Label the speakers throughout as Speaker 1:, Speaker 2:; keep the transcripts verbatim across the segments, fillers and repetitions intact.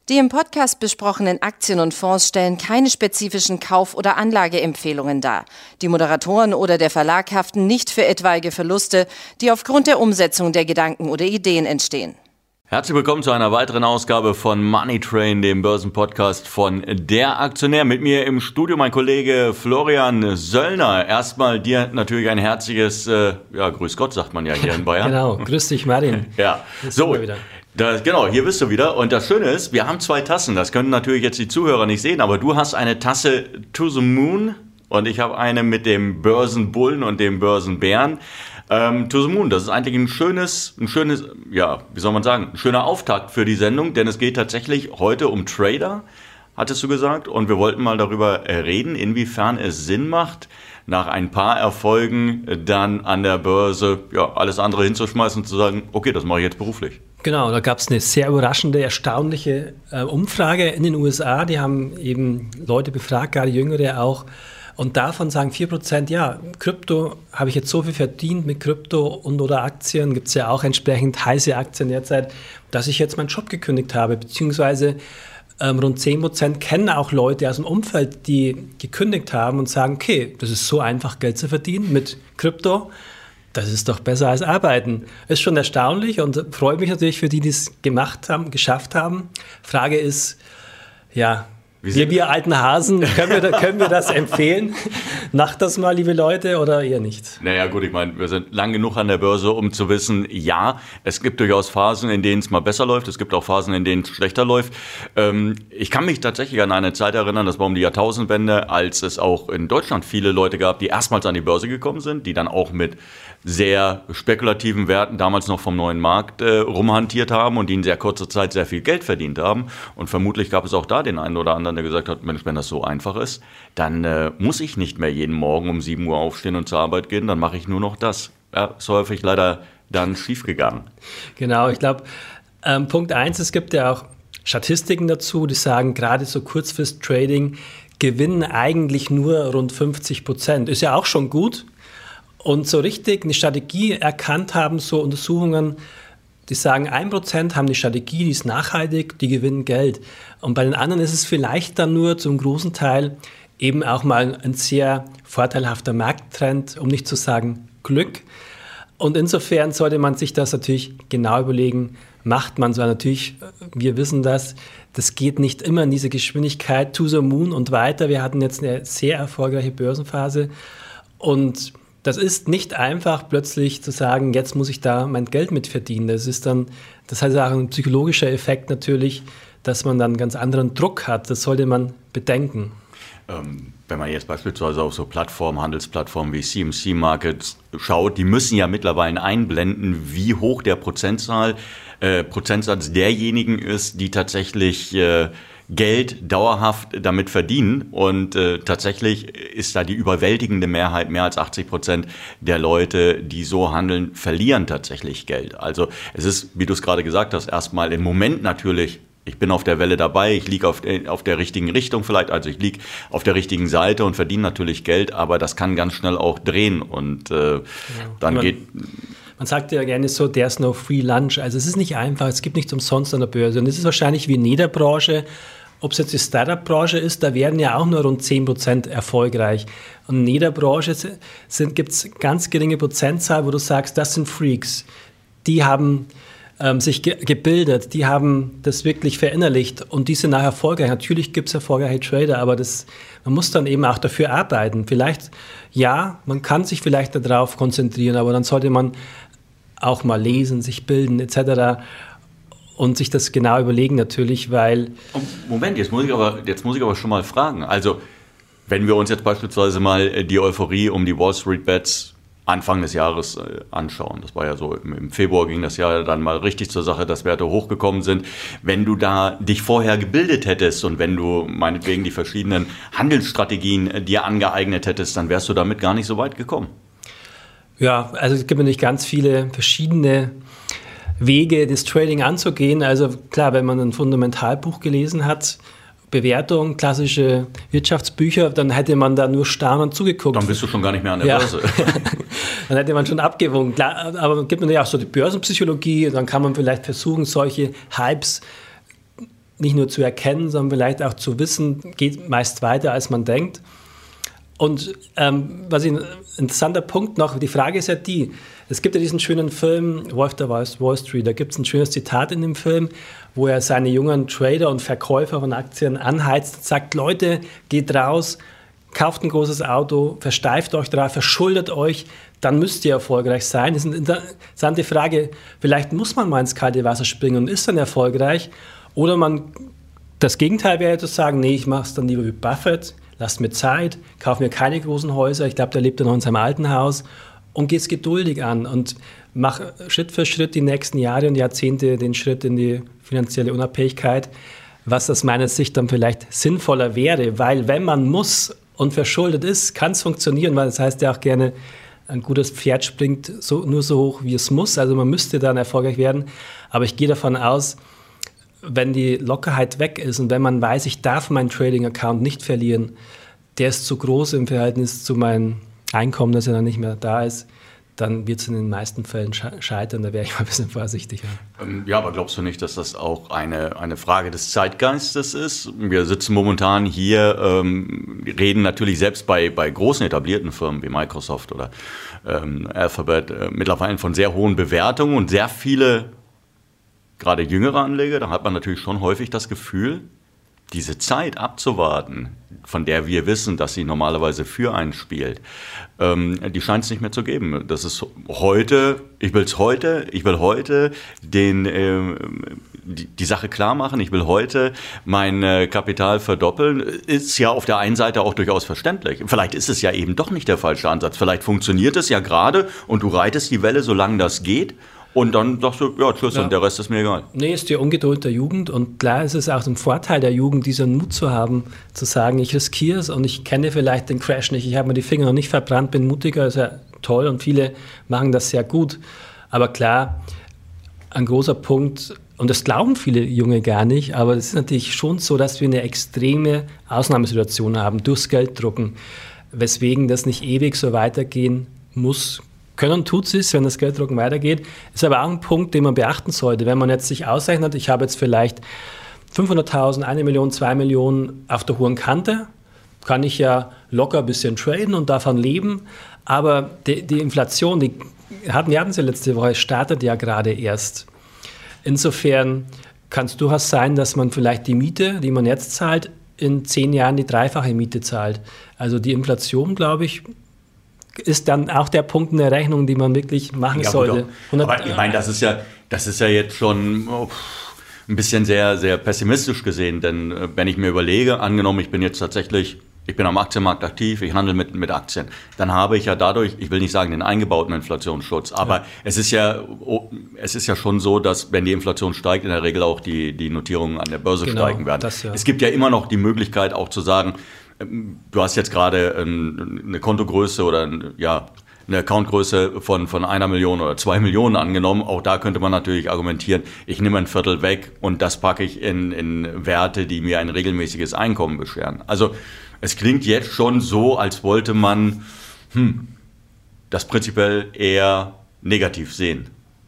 Speaker 1: Die im Podcast besprochenen Aktien und Fonds stellen keine spezifischen Kauf- oder Anlageempfehlungen dar. Die Moderatoren oder der Verlag haften nicht für etwaige Verluste, die aufgrund der Umsetzung der Gedanken oder Ideen entstehen.
Speaker 2: Herzlich willkommen zu einer weiteren Ausgabe von Money Train, dem Börsenpodcast von Der Aktionär. Mit mir im Studio mein Kollege Florian Söllner. Erstmal dir natürlich ein herzliches, äh, ja, grüß Gott, sagt man ja hier in Bayern.
Speaker 3: Genau, grüß dich, Martin.
Speaker 2: Ja, so, das, genau, hier bist du wieder. Und das Schöne ist, wir haben zwei Tassen. Das können natürlich jetzt die Zuhörer nicht sehen, aber du hast eine Tasse To the Moon und ich habe eine mit dem Börsenbullen und dem Börsenbären. Ähm, To the Moon, das ist eigentlich ein schönes, ein schönes, ja, wie soll man sagen, ein schöner Auftakt für die Sendung, denn es geht tatsächlich heute um Trader, hattest du gesagt, und wir wollten mal darüber reden, inwiefern es Sinn macht, nach ein paar Erfolgen dann an der Börse ja alles andere hinzuschmeißen und zu sagen, okay, das mache ich jetzt beruflich.
Speaker 3: Genau, da gab es eine sehr überraschende, erstaunliche äh, Umfrage in den U S A, die haben eben Leute befragt, gerade Jüngere auch. Und davon sagen vier Prozent, ja, Krypto, habe ich jetzt so viel verdient mit Krypto und oder Aktien, gibt es ja auch entsprechend heiße Aktien derzeit, dass ich jetzt meinen Job gekündigt habe, beziehungsweise ähm, rund zehn Prozent kennen auch Leute aus dem Umfeld, die gekündigt haben und sagen, okay, das ist so einfach, Geld zu verdienen mit Krypto, das ist doch besser als arbeiten. Ist schon erstaunlich und freut mich natürlich für die, die es gemacht haben, geschafft haben. Frage ist, ja, Wir, wir alten Hasen, können wir, können wir das empfehlen? Macht das mal, liebe Leute, oder eher nicht?
Speaker 2: Naja gut, ich meine, wir sind lang genug an der Börse, um zu wissen, ja, es gibt durchaus Phasen, in denen es mal besser läuft, es gibt auch Phasen, in denen es schlechter läuft. Ähm, ich kann mich tatsächlich an eine Zeit erinnern, das war um die Jahrtausendwende, als es auch in Deutschland viele Leute gab, die erstmals an die Börse gekommen sind, die dann auch mit sehr spekulativen Werten damals noch vom neuen Markt äh, rumhantiert haben und die in sehr kurzer Zeit sehr viel Geld verdient haben. Und vermutlich gab es auch da den einen oder anderen, der gesagt hat, Mensch, wenn das so einfach ist, dann äh, muss ich nicht mehr jeden Morgen um sieben Uhr aufstehen und zur Arbeit gehen, dann mache ich nur noch das. Ja, ist häufig leider dann schiefgegangen.
Speaker 3: Genau, ich glaube, ähm, Punkt eins, es gibt ja auch Statistiken dazu, die sagen, gerade so Kurzfrist-Trading gewinnen eigentlich nur rund fünfzig Prozent. Ist ja auch schon gut. Und so richtig eine Strategie erkannt haben, so Untersuchungen, die sagen, ein Prozent haben eine Strategie, die ist nachhaltig, die gewinnen Geld. Und bei den anderen ist es vielleicht dann nur zum großen Teil eben auch mal ein sehr vorteilhafter Markttrend, um nicht zu sagen Glück. Und insofern sollte man sich das natürlich genau überlegen, macht man so. Natürlich, wir wissen das, das geht nicht immer in diese Geschwindigkeit, to the moon und weiter. Wir hatten jetzt eine sehr erfolgreiche Börsenphase und das ist nicht einfach, plötzlich zu sagen, jetzt muss ich da mein Geld mit verdienen. Das ist dann, das heißt auch ein psychologischer Effekt natürlich, dass man dann einen ganz anderen Druck hat. Das sollte man bedenken.
Speaker 2: Ähm, wenn man jetzt beispielsweise auf so Plattformen, Handelsplattformen wie C M C Markets schaut, die müssen ja mittlerweile einblenden, wie hoch der Prozentzahl, äh, Prozentsatz derjenigen ist, die tatsächlich äh, Geld dauerhaft damit verdienen und äh, tatsächlich ist da die überwältigende Mehrheit, mehr als achtzig Prozent der Leute, die so handeln, verlieren tatsächlich Geld. Also es ist, wie du es gerade gesagt hast, erstmal im Moment natürlich, ich bin auf der Welle dabei, ich liege auf, auf der richtigen Richtung vielleicht, also ich liege auf der richtigen Seite und verdiene natürlich Geld, aber das kann ganz schnell auch drehen und äh, ja. dann
Speaker 3: man,
Speaker 2: geht...
Speaker 3: Man sagt ja gerne so, there's no free lunch, also es ist nicht einfach, es gibt nichts umsonst an der Börse und es ist wahrscheinlich wie in jeder Branche. Ob es jetzt die Startup-Branche ist, da werden ja auch nur rund zehn Prozent erfolgreich. Und in jeder Branche gibt es ganz geringe Prozentzahl, wo du sagst, das sind Freaks. Die haben ähm, sich ge- gebildet, die haben das wirklich verinnerlicht und die sind nachher erfolgreich. Natürlich gibt es erfolgreiche Trader, aber das, man muss dann eben auch dafür arbeiten. Vielleicht, ja, man kann sich vielleicht darauf konzentrieren, aber dann sollte man auch mal lesen, sich bilden et cetera und sich das genau überlegen natürlich, weil...
Speaker 2: Moment, jetzt muss ich aber, jetzt muss ich aber schon mal fragen. Also, wenn wir uns jetzt beispielsweise mal die Euphorie um die Wall Street Bets Anfang des Jahres anschauen, das war ja so, im Februar ging das Jahr dann mal richtig zur Sache, dass Werte hochgekommen sind. Wenn du da dich vorher gebildet hättest und wenn du meinetwegen die verschiedenen Handelsstrategien dir angeeignet hättest, dann wärst du damit gar nicht so weit gekommen.
Speaker 3: Ja, also es gibt natürlich ganz viele verschiedene Wege, das Trading anzugehen. Also klar, wenn man ein Fundamentalbuch gelesen hat, Bewertung, klassische Wirtschaftsbücher, dann hätte man da nur staunend zugeguckt.
Speaker 2: Dann bist du schon gar nicht mehr an der
Speaker 3: ja.
Speaker 2: Börse.
Speaker 3: Dann hätte man schon abgewogen. Klar, aber es gibt natürlich auch so die Börsenpsychologie, dann kann man vielleicht versuchen, solche Hypes nicht nur zu erkennen, sondern vielleicht auch zu wissen, geht meist weiter, als man denkt. Und ähm, was ich, ein interessanter Punkt noch, die Frage ist ja die, es gibt ja diesen schönen Film, Wolf der Wall Street, da gibt es ein schönes Zitat in dem Film, wo er seine jungen Trader und Verkäufer von Aktien anheizt und sagt, Leute, geht raus, kauft ein großes Auto, versteift euch drauf, verschuldet euch, dann müsst ihr erfolgreich sein. Das ist eine interessante Frage, vielleicht muss man mal ins kalte Wasser springen und ist dann erfolgreich, oder man, das Gegenteil wäre zu sagen, nee, ich mache es dann lieber wie Buffett, lasst mir Zeit, kaufe mir keine großen Häuser, ich glaube, der lebt ja noch in seinem alten Haus und gehe es geduldig an und mache Schritt für Schritt die nächsten Jahre und Jahrzehnte den Schritt in die finanzielle Unabhängigkeit, was aus meiner Sicht dann vielleicht sinnvoller wäre, weil wenn man muss und verschuldet ist, kann es funktionieren, weil das heißt ja auch gerne, ein gutes Pferd springt so, nur so hoch, wie es muss, also man müsste dann erfolgreich werden, aber ich gehe davon aus, wenn die Lockerheit weg ist und wenn man weiß, ich darf meinen Trading-Account nicht verlieren, der ist zu groß im Verhältnis zu meinem Einkommen, das ja dann nicht mehr da ist, dann wird es in den meisten Fällen scheitern. Da wäre ich mal ein bisschen vorsichtiger.
Speaker 2: Ja, aber glaubst du nicht, dass das auch eine, eine Frage des Zeitgeistes ist? Wir sitzen momentan hier, ähm, reden natürlich selbst bei, bei großen etablierten Firmen wie Microsoft oder ähm, Alphabet äh, mittlerweile von sehr hohen Bewertungen und sehr viele gerade jüngere Anleger, da hat man natürlich schon häufig das Gefühl, diese Zeit abzuwarten, von der wir wissen, dass sie normalerweise für einen spielt, ähm, die scheint es nicht mehr zu geben. Das ist heute, ich will es heute, ich will heute den, äh, die, die Sache klar machen, ich will heute mein äh, Kapital verdoppeln, ist ja auf der einen Seite auch durchaus verständlich. Vielleicht ist es ja eben doch nicht der falsche Ansatz, vielleicht funktioniert es ja gerade und du reitest die Welle, solange das geht. Und dann sagst du, ja, tschüss, ja. Und der Rest ist mir egal.
Speaker 3: Nee, ist die Ungeduld der Jugend. Und klar ist es auch ein Vorteil der Jugend, diesen Mut zu haben, zu sagen, ich riskiere es und ich kenne vielleicht den Crash nicht. Ich habe mir die Finger noch nicht verbrannt, bin mutiger, ist ja toll und viele machen das sehr gut. Aber klar, ein großer Punkt, und das glauben viele Junge gar nicht, aber es ist natürlich schon so, dass wir eine extreme Ausnahmesituation haben, durchs Gelddrucken, weswegen das nicht ewig so weitergehen muss. Können tut es, wenn das Gelddrucken weitergeht. Ist aber auch ein Punkt, den man beachten sollte. Wenn man jetzt sich ausrechnet, ich habe jetzt vielleicht fünfhunderttausend, eine Million, zwei Millionen auf der hohen Kante, kann ich ja locker ein bisschen traden und davon leben. Aber die, die Inflation, die hatten, wir hatten sie letzte Woche, startet ja gerade erst. Insofern kann es durchaus sein, dass man vielleicht die Miete, die man jetzt zahlt, in zehn Jahren die dreifache Miete zahlt. Also die Inflation, glaube ich, ist dann auch der Punkt in der Rechnung, die man wirklich machen ja, sollte.
Speaker 2: Aber ich meine, das ist ja, das ist ja jetzt schon oh, ein bisschen sehr, sehr pessimistisch gesehen, denn äh, wenn ich mir überlege, angenommen, ich bin jetzt tatsächlich, ich bin am Aktienmarkt aktiv, ich handle mit, mit Aktien, dann habe ich ja dadurch, ich will nicht sagen den eingebauten Inflationsschutz, aber ja. es ist ja, oh, es ist ja schon so, dass wenn die Inflation steigt, in der Regel auch die, die Notierungen an der Börse genau, steigen werden. Das, ja. Es gibt ja immer noch die Möglichkeit auch zu sagen, du hast jetzt gerade eine Kontogröße oder ja, eine Accountgröße von, von einer Million oder zwei Millionen angenommen. Auch da könnte man natürlich argumentieren, ich nehme ein Viertel weg und das packe ich in, in Werte, die mir ein regelmäßiges Einkommen bescheren. Also es klingt jetzt schon so, als wollte man hm, das prinzipiell eher negativ sehen.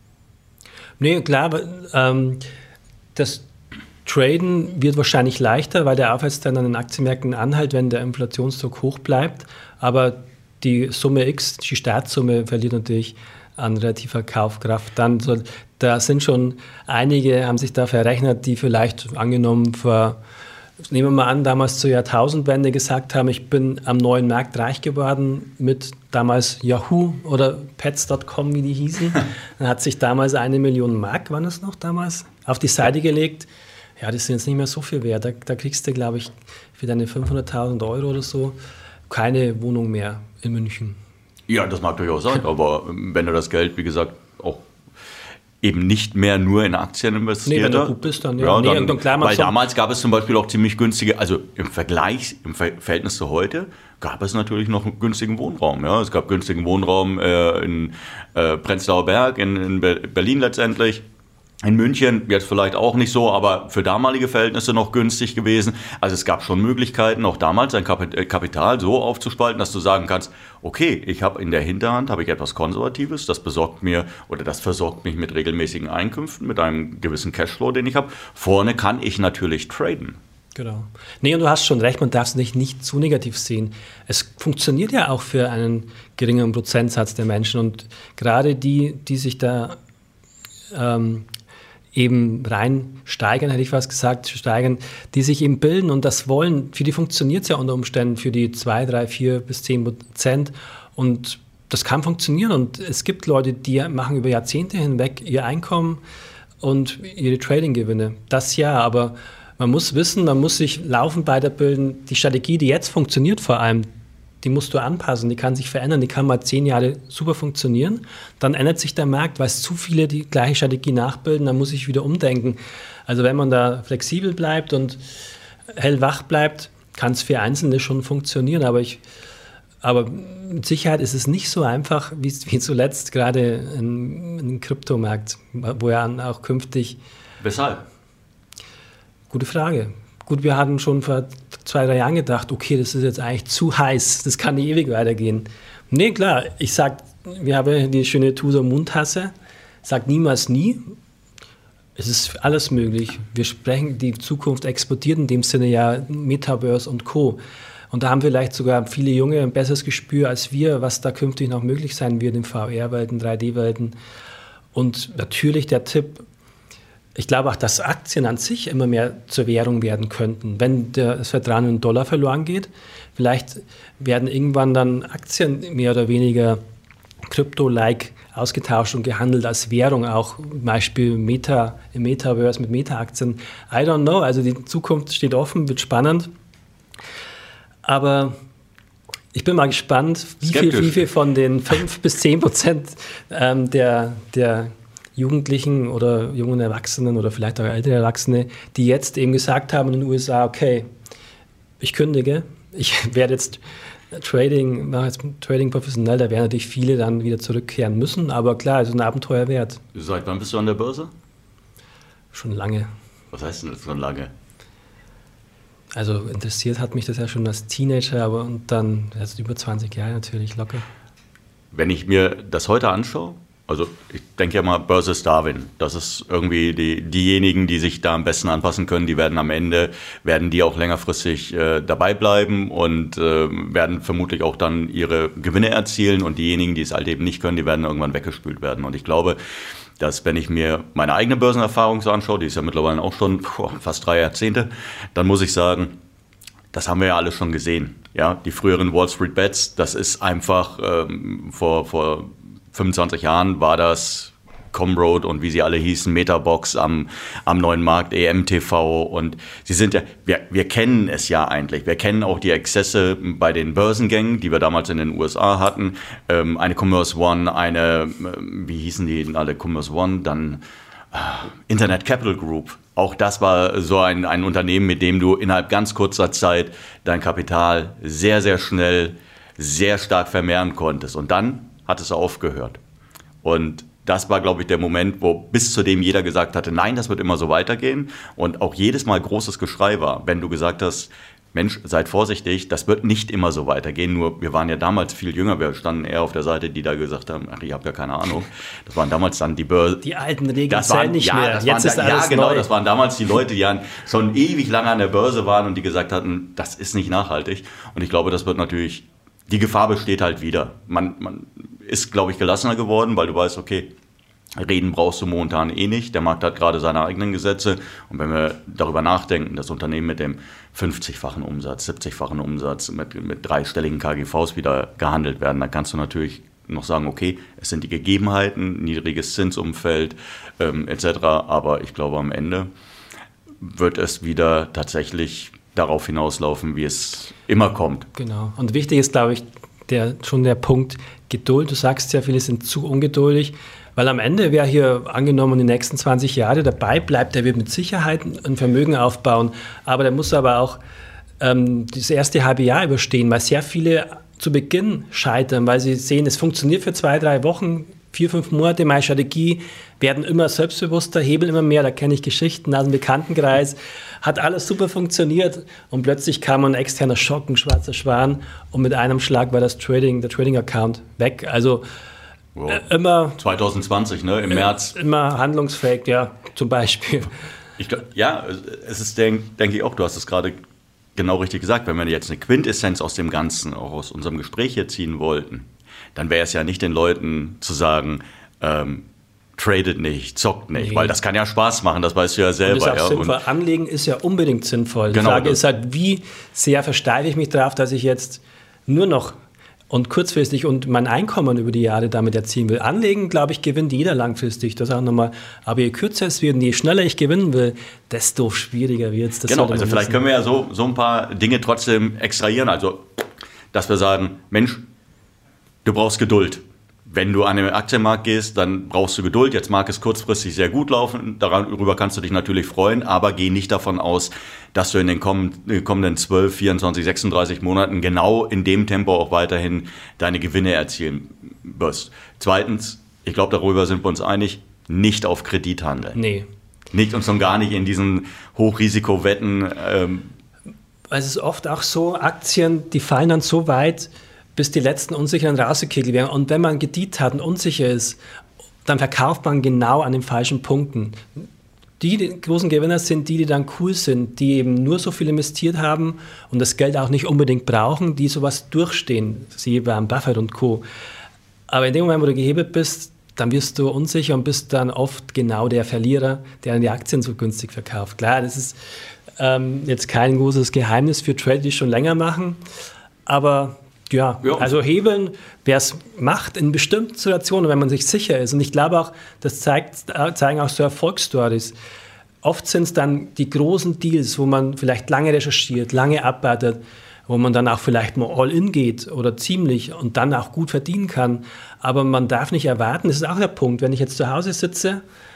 Speaker 3: Nee, klar, ähm, das Traden wird wahrscheinlich leichter, weil der Aufwärtstrend an den Aktienmärkten anhält, wenn der Inflationsdruck hoch bleibt. Aber die Summe X, die Startsumme, verliert natürlich an relativer Kaufkraft. Dann so, da sind schon einige, haben sich da verrechnet, die vielleicht angenommen vor, nehmen wir mal an, damals zur Jahrtausendwende gesagt haben, ich bin am neuen Markt reich geworden mit damals Yahoo oder Pets Punkt com, wie die hießen. Dann hat sich damals eine Million Mark, waren das noch damals, auf die Seite gelegt. Ja, das sind jetzt nicht mehr so viel wert. Da, da kriegst du, glaube ich, für deine fünfhunderttausend Euro oder so keine Wohnung mehr in München.
Speaker 2: Ja, das mag durchaus sein, aber wenn du das Geld, wie gesagt, auch eben nicht mehr nur in Aktien investiert.
Speaker 3: Nee, wenn du gut bist, dann ja.
Speaker 2: ja
Speaker 3: nee,
Speaker 2: dann,
Speaker 3: dann klar,
Speaker 2: weil so damals gab es zum Beispiel auch ziemlich günstige, also im Vergleich, im Verhältnis zu heute, gab es natürlich noch günstigen Wohnraum. Ja, es gab günstigen Wohnraum äh, in äh, Prenzlauer Berg, in, in Berlin letztendlich. In München jetzt vielleicht auch nicht so, aber für damalige Verhältnisse noch günstig gewesen. Also es gab schon Möglichkeiten, auch damals ein Kapital so aufzuspalten, dass du sagen kannst, okay, ich habe in der Hinterhand habe ich etwas Konservatives, das besorgt mir oder das versorgt mich mit regelmäßigen Einkünften, mit einem gewissen Cashflow, den ich habe. Vorne kann ich natürlich traden.
Speaker 3: Genau. Nee, und du hast schon recht, man darf es nicht, nicht zu negativ sehen. Es funktioniert ja auch für einen geringeren Prozentsatz der Menschen und gerade die, die sich da ähm, eben rein steigern, hätte ich fast gesagt, steigern, die sich eben bilden und das wollen, für die funktioniert es ja unter Umständen für die zwei, drei, vier bis zehn Prozent und das kann funktionieren und es gibt Leute, die machen über Jahrzehnte hinweg ihr Einkommen und ihre Trading-Gewinne. Das ja, aber man muss wissen, man muss sich laufend weiterbilden. Die Strategie, die jetzt funktioniert vor allem, die musst du anpassen, die kann sich verändern, die kann mal zehn Jahre super funktionieren. Dann ändert sich der Markt, weil es zu viele die gleiche Strategie nachbilden, dann muss ich wieder umdenken. Also wenn man da flexibel bleibt und hellwach bleibt, kann es für Einzelne schon funktionieren. Aber, ich, aber mit Sicherheit ist es nicht so einfach, wie, wie zuletzt gerade im, im Kryptomarkt, wo ja auch künftig...
Speaker 2: Weshalb?
Speaker 3: Gute Frage. Gut, wir hatten schon vor zwei, drei Jahren gedacht, okay, das ist jetzt eigentlich zu heiß, das kann nicht ewig weitergehen. Nee, klar, ich sag, wir haben die schöne Tuser-Mundtasse, sag niemals nie. Es ist alles möglich. Wir sprechen, die Zukunft explodiert in dem Sinne ja Metaverse und Co. Und da haben vielleicht sogar viele Junge ein besseres Gespür als wir, was da künftig noch möglich sein wird in V R-Welten, drei D-Welten. Und natürlich der Tipp, ich glaube auch, dass Aktien an sich immer mehr zur Währung werden könnten. Wenn der, das Vertrauen in den Dollar verloren geht, vielleicht werden irgendwann dann Aktien mehr oder weniger Krypto-like ausgetauscht und gehandelt als Währung, auch zum Beispiel Meta, im Metaverse mit Meta-Aktien. I don't know, also die Zukunft steht offen, wird spannend. Aber ich bin mal gespannt, wie viel, wie viel von den fünf bis zehn Prozent ähm, der, der Jugendlichen oder jungen Erwachsenen oder vielleicht auch ältere Erwachsene, die jetzt eben gesagt haben in den U S A, okay, ich kündige, ich werde jetzt Trading, mache jetzt Trading professionell, da werden natürlich viele dann wieder zurückkehren müssen, aber klar, es ist ein Abenteuer wert.
Speaker 2: Seit wann bist du an der Börse?
Speaker 3: Schon lange.
Speaker 2: Was heißt denn das schon lange?
Speaker 3: Also interessiert hat mich das ja schon als Teenager, aber und dann, also über zwanzig Jahre natürlich locker.
Speaker 2: Wenn ich mir das heute anschaue, also ich denke ja mal, Börse ist Darwin. Das ist irgendwie die, diejenigen, die sich da am besten anpassen können, die werden am Ende, werden die auch längerfristig äh, dabei bleiben und äh, werden vermutlich auch dann ihre Gewinne erzielen und diejenigen, die es halt eben nicht können, die werden irgendwann weggespült werden. Und ich glaube, dass wenn ich mir meine eigene Börsenerfahrung so anschaue, die ist ja mittlerweile auch schon boah, fast drei Jahrzehnte, dann muss ich sagen, das haben wir ja alle schon gesehen. Ja, die früheren Wall Street Bets, das ist einfach ähm, vor, vor fünfundzwanzig Jahren war das Comroad und wie sie alle hießen, Metabox am, am neuen Markt, E M T V und sie sind ja, wir, wir kennen es ja eigentlich, wir kennen auch die Exzesse bei den Börsengängen, die wir damals in den U S A hatten, ähm, eine Commerce One, eine, wie hießen die alle, Commerce One, dann äh, Internet Capital Group. Auch das war so ein, ein Unternehmen, mit dem du innerhalb ganz kurzer Zeit dein Kapital sehr, sehr schnell, sehr stark vermehren konntest und dann hat es aufgehört. Und das war, glaube ich, der Moment, wo bis zu dem jeder gesagt hatte, nein, das wird immer so weitergehen. Und auch jedes Mal großes Geschrei war, wenn du gesagt hast, Mensch, seid vorsichtig, das wird nicht immer so weitergehen. Nur wir waren ja damals viel jünger, wir standen eher auf der Seite, die da gesagt haben, ach, ich habe ja keine Ahnung. Das waren damals dann die Börse.
Speaker 3: Die alten Regeln zählen nicht
Speaker 2: ja,
Speaker 3: mehr.
Speaker 2: Das
Speaker 3: Jetzt
Speaker 2: waren,
Speaker 3: ist alles
Speaker 2: ja, genau,
Speaker 3: neu.
Speaker 2: Das waren damals die Leute, die schon ewig lange an der Börse waren und die gesagt hatten, das ist nicht nachhaltig. Und ich glaube, das wird natürlich... Die Gefahr besteht halt wieder. Man, man ist, glaube ich, gelassener geworden, weil du weißt, okay, reden brauchst du momentan eh nicht. Der Markt hat gerade seine eigenen Gesetze. Und wenn wir darüber nachdenken, das Unternehmen mit dem fünfzigfachen Umsatz, siebzigfachen Umsatz, mit, mit dreistelligen K G Vs wieder gehandelt werden, dann kannst du natürlich noch sagen, okay, es sind die Gegebenheiten, niedriges Zinsumfeld ähm, et cetera. Aber ich glaube, am Ende wird es wieder tatsächlich darauf hinauslaufen, wie es immer kommt.
Speaker 3: Genau. Und wichtig ist, glaube ich, der, schon der Punkt Geduld. Du sagst ja, viele sind zu ungeduldig, weil am Ende, wer hier angenommen die nächsten zwanzig Jahre dabei bleibt, der wird mit Sicherheit ein Vermögen aufbauen. Aber der muss aber auch ähm, das erste halbe Jahr überstehen, weil sehr viele zu Beginn scheitern, weil sie sehen, es funktioniert für zwei, drei Wochen, vier, fünf Monate, meine Strategie werden immer selbstbewusster, hebeln immer mehr, da kenne ich Geschichten aus dem Bekanntenkreis, hat alles super funktioniert und plötzlich kam ein externer Schock, ein schwarzer Schwan und mit einem Schlag war das Trading, der Trading-Account weg. Also
Speaker 2: wow.
Speaker 3: äh, immer...
Speaker 2: zwanzig zwanzig, ne, im März.
Speaker 3: Immer handlungsfähig, ja, zum Beispiel.
Speaker 2: Ich glaub, ja, es ist, denke denk ich auch, du hast es gerade genau richtig gesagt, wenn wir jetzt eine Quintessenz aus dem Ganzen, auch aus unserem Gespräch hier ziehen wollten, dann wäre es ja nicht den Leuten zu sagen, ähm, tradet nicht, zockt nicht, nee. Weil das kann ja Spaß machen, das weißt du ja selber.
Speaker 3: Und ist auch
Speaker 2: ja.
Speaker 3: sinnvoll.
Speaker 2: Und
Speaker 3: Anlegen ist ja unbedingt sinnvoll.
Speaker 2: Genau,
Speaker 3: die Frage ist halt, wie sehr versteife ich mich darauf, dass ich jetzt nur noch und kurzfristig und mein Einkommen über die Jahre damit erzielen will. Anlegen, glaube ich, gewinnt jeder langfristig. Das auch nochmal. Aber je kürzer es wird und je schneller ich gewinnen will, desto schwieriger wird es.
Speaker 2: Genau, also vielleicht wissen. Können wir ja so, so ein paar Dinge trotzdem extrahieren. Also, dass wir sagen, Mensch, du brauchst Geduld. Wenn du an den Aktienmarkt gehst, dann brauchst du Geduld. Jetzt mag es kurzfristig sehr gut laufen. Darüber kannst du dich natürlich freuen. Aber geh nicht davon aus, dass du in den kommenden zwölf, vierundzwanzig, sechsunddreißig Monaten genau in dem Tempo auch weiterhin deine Gewinne erzielen wirst. Zweitens, ich glaube, darüber sind wir uns einig, nicht auf Kredit handeln.
Speaker 3: Nee.
Speaker 2: Nicht und schon gar nicht in diesen Hochrisikowetten. Ähm
Speaker 3: Es ist oft auch so, Aktien, die fallen dann so weit, bis die letzten Unsicheren rausgekegelt werden. Und wenn man Kredit hat und unsicher ist, dann verkauft man genau an den falschen Punkten. Die, die großen Gewinner sind die, die dann cool sind, die eben nur so viel investiert haben und das Geld auch nicht unbedingt brauchen, die sowas durchstehen, siehe beim Buffett und Co. Aber in dem Moment, wo du gehebelt bist, dann wirst du unsicher und bist dann oft genau der Verlierer, der die Aktien so günstig verkauft. Klar, das ist ähm, jetzt kein großes Geheimnis für Trader, die es schon länger machen, aber Ja, ja, also hebeln, wer es macht in bestimmten Situationen, wenn man sich sicher ist. Und ich glaube auch, das zeigt, zeigen auch so Erfolgsstories. Oft sind es dann die großen Deals, wo man vielleicht lange recherchiert, lange abwartet, wo man dann auch vielleicht mal all in geht oder ziemlich und dann auch gut verdienen kann. Aber man darf nicht erwarten, das ist auch der Punkt, wenn ich jetzt zu Hause sitze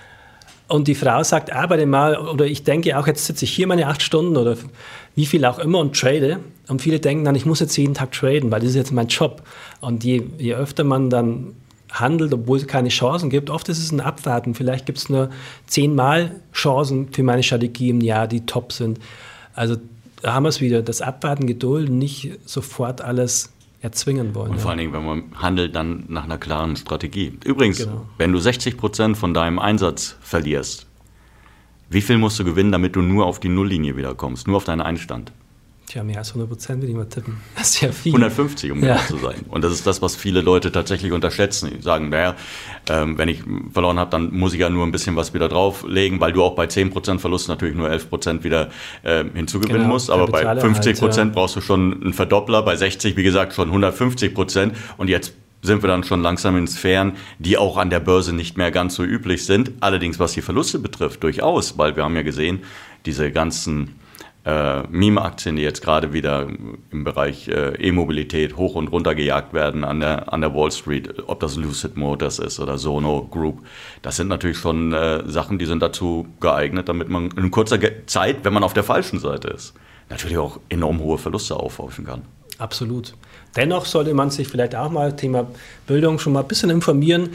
Speaker 3: und die Frau sagt, arbeite mal, oder ich denke auch, jetzt sitze ich hier meine acht Stunden oder wie viel auch immer und trade. Und viele denken dann, ich muss jetzt jeden Tag traden, weil das ist jetzt mein Job. Und je, je öfter man dann handelt, obwohl es keine Chancen gibt, oft ist es ein Abwarten. Vielleicht gibt es nur zehnmal Chancen für meine Strategie im Jahr, die top sind. Also da haben wir es wieder, das Abwarten, Geduld, nicht sofort alles erzwingen wollen.
Speaker 2: Und
Speaker 3: ja.
Speaker 2: vor allen Dingen, wenn man handelt, dann nach einer klaren Strategie. Übrigens,
Speaker 3: genau.
Speaker 2: Wenn du sechzig Prozent von deinem Einsatz verlierst, wie viel musst du gewinnen, damit du nur auf die Nulllinie wieder kommst, nur auf deinen Einstand?
Speaker 3: Tja, mehr als hundert Prozent würde ich mal tippen. Das ist ja viel.
Speaker 2: hundertfünfzig, um
Speaker 3: ja.
Speaker 2: genau zu sein. Und das ist das, was viele Leute tatsächlich unterschätzen. Die sagen, naja, ähm, wenn ich verloren habe, dann muss ich ja nur ein bisschen was wieder drauflegen, weil du auch bei zehn Prozent Verlust natürlich nur elf Prozent wieder äh, hinzugewinnen
Speaker 3: genau,
Speaker 2: musst. Aber bei fünfzig Prozent
Speaker 3: halt, ja.
Speaker 2: brauchst du schon einen Verdoppler, bei sechzig, wie gesagt, schon hundertfünfzig Prozent. Und jetzt sind wir dann schon langsam in Sphären, die auch an der Börse nicht mehr ganz so üblich sind. Allerdings, was die Verluste betrifft, durchaus, weil wir haben ja gesehen, diese ganzen äh, Meme-Aktien, die jetzt gerade wieder im Bereich äh, E-Mobilität hoch und runter gejagt werden an der, an der Wall Street, ob das Lucid Motors ist oder Sono Group, das sind natürlich schon äh, Sachen, die sind dazu geeignet, damit man in kurzer Zeit, wenn man auf der falschen Seite ist, natürlich auch enorm hohe Verluste aufhäufen kann.
Speaker 3: Absolut. Dennoch sollte man sich vielleicht auch mal Thema Bildung schon mal ein bisschen informieren.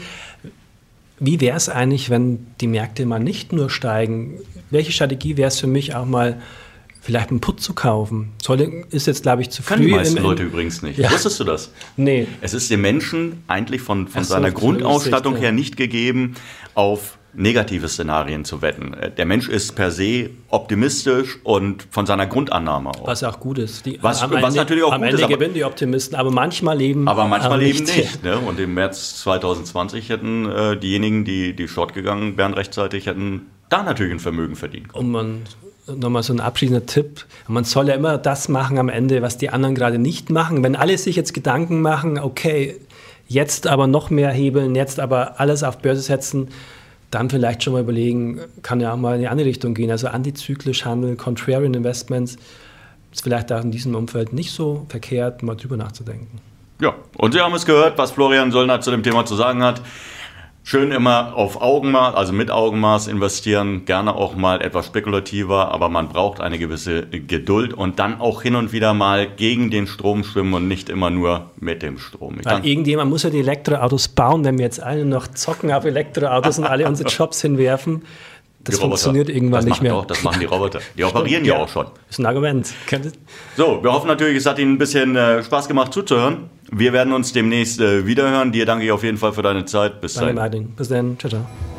Speaker 3: Wie wäre es eigentlich, wenn die Märkte mal nicht nur steigen? Welche Strategie wäre es für mich auch mal, vielleicht einen Put zu kaufen? Sollte, ist jetzt, glaube ich, zu früh.
Speaker 2: Können die meisten
Speaker 3: im,
Speaker 2: Leute übrigens nicht.
Speaker 3: Ja.
Speaker 2: Wusstest du das?
Speaker 3: Nee.
Speaker 2: Es ist dem Menschen eigentlich von, von
Speaker 3: so,
Speaker 2: seiner Grundausstattung
Speaker 3: Sicht,
Speaker 2: her
Speaker 3: ja.
Speaker 2: nicht gegeben, auf negative Szenarien zu wetten. Der Mensch ist per se optimistisch und von seiner Grundannahme aus.
Speaker 3: Was auch gut ist. Die,
Speaker 2: was,
Speaker 3: am
Speaker 2: was
Speaker 3: Ende,
Speaker 2: natürlich auch
Speaker 3: am
Speaker 2: gut
Speaker 3: Ende
Speaker 2: ist. Aber,
Speaker 3: gewinnen die Optimisten, aber manchmal leben
Speaker 2: aber manchmal
Speaker 3: aber
Speaker 2: leben
Speaker 3: nicht.
Speaker 2: nicht. Ne? Und im März zwanzig zwanzig hätten äh, diejenigen, die, die short gegangen wären rechtzeitig, hätten da natürlich ein Vermögen verdient.
Speaker 3: Und man, nochmal so ein abschließender Tipp, man soll ja immer das machen am Ende, was die anderen gerade nicht machen. Wenn alle sich jetzt Gedanken machen, okay, jetzt aber noch mehr hebeln, jetzt aber alles auf Börse setzen, dann vielleicht schon mal überlegen, kann ja auch mal in die andere Richtung gehen. Also antizyklisch handeln, Contrarian Investments, ist vielleicht auch in diesem Umfeld nicht so verkehrt, mal drüber nachzudenken.
Speaker 2: Ja, und Sie haben es gehört, was Florian Söllner zu dem Thema zu sagen hat. Schön immer auf Augenmaß, also mit Augenmaß investieren, gerne auch mal etwas spekulativer, aber man braucht eine gewisse Geduld und dann auch hin und wieder mal gegen den Strom schwimmen und nicht immer nur mit dem Strom. Ich
Speaker 3: Weil irgendjemand muss ja die Elektroautos bauen, wenn wir jetzt alle noch zocken auf Elektroautos und alle unsere Jobs hinwerfen. Das funktioniert irgendwann
Speaker 2: das
Speaker 3: nicht mehr.
Speaker 2: Auch, das machen die Roboter. Die operieren ja auch schon.
Speaker 3: Das ist ein Argument.
Speaker 2: So, wir hoffen natürlich, es hat Ihnen ein bisschen äh, Spaß gemacht zuzuhören. Wir werden uns demnächst äh, wiederhören. Dir danke ich auf jeden Fall für deine Zeit. Bis dann.
Speaker 3: Bis dann. Ciao, ciao.